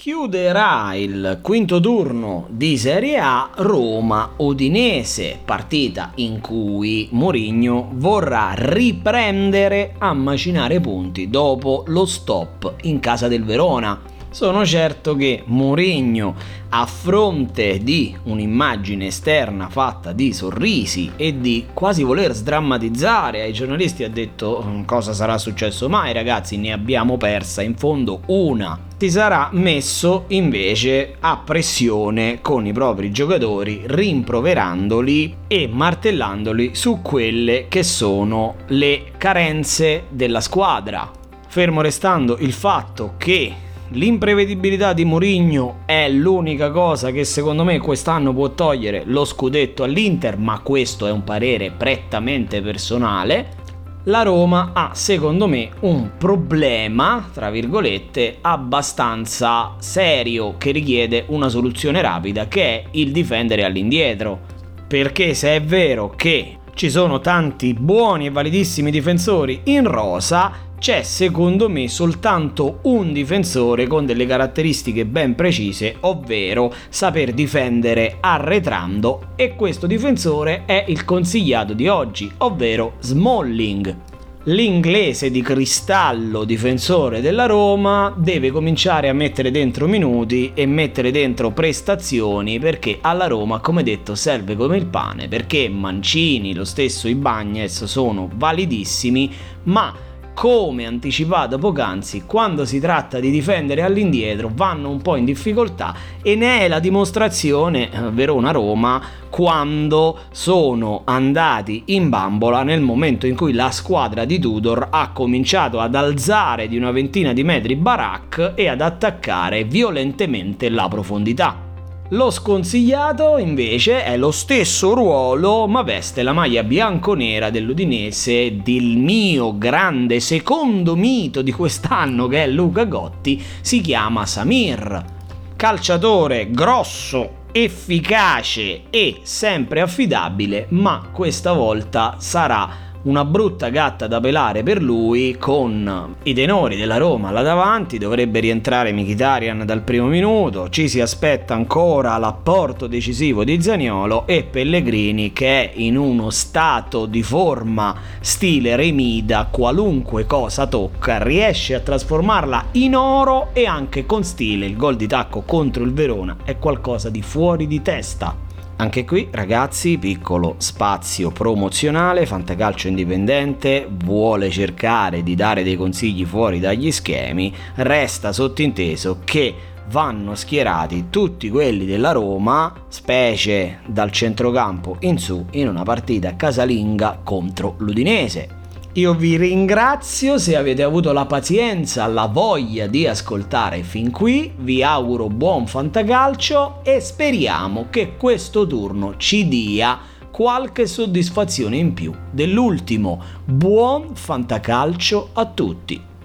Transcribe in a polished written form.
Chiuderà il quinto turno di Serie A Roma-Udinese, partita in cui Mourinho vorrà riprendere a macinare punti dopo lo stop in casa del Verona. Sono certo che Mourinho, a fronte di un'immagine esterna fatta di sorrisi e di quasi voler sdrammatizzare ai giornalisti, ha detto: cosa sarà successo mai ragazzi, ne abbiamo persa in fondo una. Si sarà messo invece a pressione con i propri giocatori, rimproverandoli e martellandoli su quelle che sono le carenze della squadra. Fermo restando il fatto che l'imprevedibilità di Mourinho è l'unica cosa che secondo me quest'anno può togliere lo scudetto all'Inter, ma questo è un parere prettamente personale. La Roma ha secondo me un problema, tra virgolette, abbastanza serio che richiede una soluzione rapida, che è il difendere all'indietro. Perché se è vero che ci sono tanti buoni e validissimi difensori in rosa, c'è secondo me soltanto un difensore con delle caratteristiche ben precise, ovvero saper difendere arretrando, e questo difensore è il consigliato di oggi, ovvero Smalling. L'inglese di cristallo difensore della Roma deve cominciare a mettere dentro minuti e mettere dentro prestazioni, perché alla Roma, come detto, serve come il pane, perché Mancini, lo stesso Ibañez sono validissimi, ma come anticipato poc'anzi, quando si tratta di difendere all'indietro vanno un po' in difficoltà, e ne è la dimostrazione Verona-Roma quando sono andati in bambola nel momento in cui la squadra di Tudor ha cominciato ad alzare di una ventina di metri Barak e ad attaccare violentemente la profondità. Lo sconsigliato invece è lo stesso ruolo, ma veste la maglia bianconera dell'Udinese, del mio grande secondo mito di quest'anno che è Luca Gotti. Si chiama Samir, calciatore grosso, efficace e sempre affidabile, ma questa volta sarà una brutta gatta da pelare per lui. Con i tenori della Roma là davanti dovrebbe rientrare Mkhitaryan dal primo minuto, ci si aspetta ancora l'apporto decisivo di Zaniolo e Pellegrini, che è in uno stato di forma stile Remida, qualunque cosa tocca riesce a trasformarla in oro, e anche con stile il gol di tacco contro il Verona è qualcosa di fuori di testa. Anche qui ragazzi, piccolo spazio promozionale, Fantacalcio Indipendente vuole cercare di dare dei consigli fuori dagli schemi, resta sottinteso che vanno schierati tutti quelli della Roma, specie dal centrocampo in su, in una partita casalinga contro l'Udinese. Io vi ringrazio se avete avuto la pazienza, la voglia di ascoltare fin qui, vi auguro buon fantacalcio e speriamo che questo turno ci dia qualche soddisfazione in più dell'ultimo. Buon fantacalcio a tutti!